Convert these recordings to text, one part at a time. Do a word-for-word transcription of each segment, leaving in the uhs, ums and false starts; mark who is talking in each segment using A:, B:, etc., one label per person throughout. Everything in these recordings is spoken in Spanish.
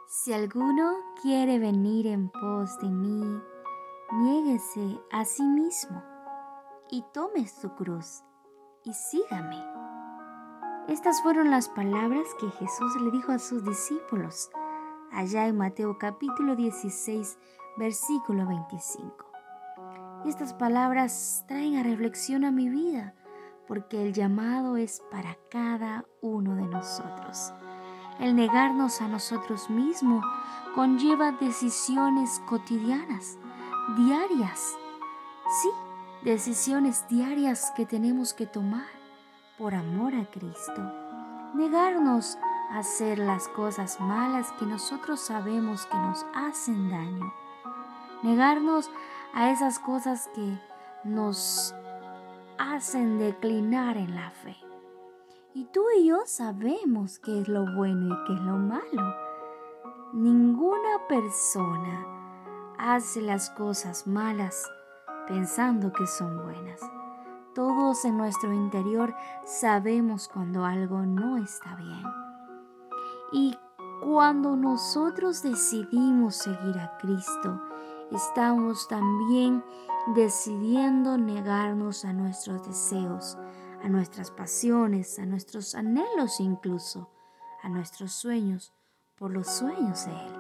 A: Si alguno quiere venir en pos de mí, niéguese a sí mismo y tome su cruz y sígame. Estas fueron las palabras que Jesús le dijo a sus discípulos allá en Mateo capítulo dieciséis, versículo veinticinco. Y estas palabras traen a reflexión a mi vida, porque el llamado es para cada uno de nosotros. El negarnos a nosotros mismos conlleva decisiones cotidianas, diarias. Sí, decisiones diarias que tenemos que tomar por amor a Cristo. Negarnos a hacer las cosas malas que nosotros sabemos que nos hacen daño. Negarnos a esas cosas que nos hacen declinar en la fe. Y tú y yo sabemos qué es lo bueno y qué es lo malo. Ninguna persona hace las cosas malas pensando que son buenas. Todos en nuestro interior sabemos cuando algo no está bien. Y cuando nosotros decidimos seguir a Cristo, estamos también decidiendo negarnos a nuestros deseos, a nuestras pasiones, a nuestros anhelos incluso, a nuestros sueños, por los sueños de Él.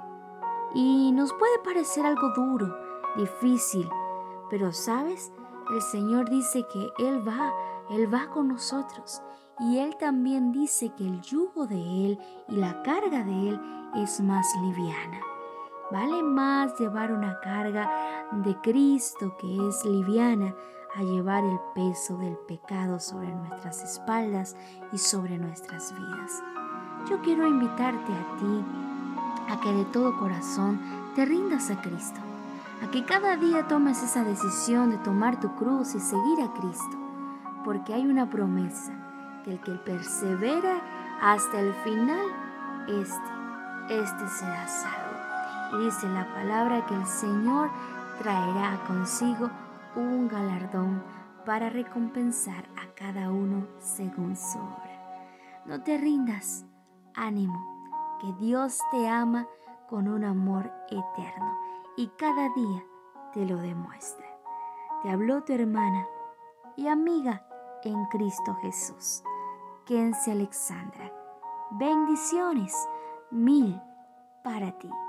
A: Y nos puede parecer algo duro, difícil, pero ¿sabes? El Señor dice que Él va, Él va con nosotros. Y Él también dice que el yugo de Él y la carga de Él es más liviana. Vale más llevar una carga de Cristo que es liviana a llevar el peso del pecado sobre nuestras espaldas y sobre nuestras vidas. Yo quiero invitarte a ti a que de todo corazón te rindas a Cristo, a que cada día tomes esa decisión de tomar tu cruz y seguir a Cristo, porque hay una promesa, que el que persevera hasta el final, este, este será salvo. Y dice la palabra que el Señor traerá consigo un galardón para recompensar a cada uno según su obra. No te rindas, ánimo, que Dios te ama con un amor eterno y cada día te lo demuestra. Te habló tu hermana y amiga en Cristo Jesús, Kenzie Alexandra. Bendiciones mil para ti.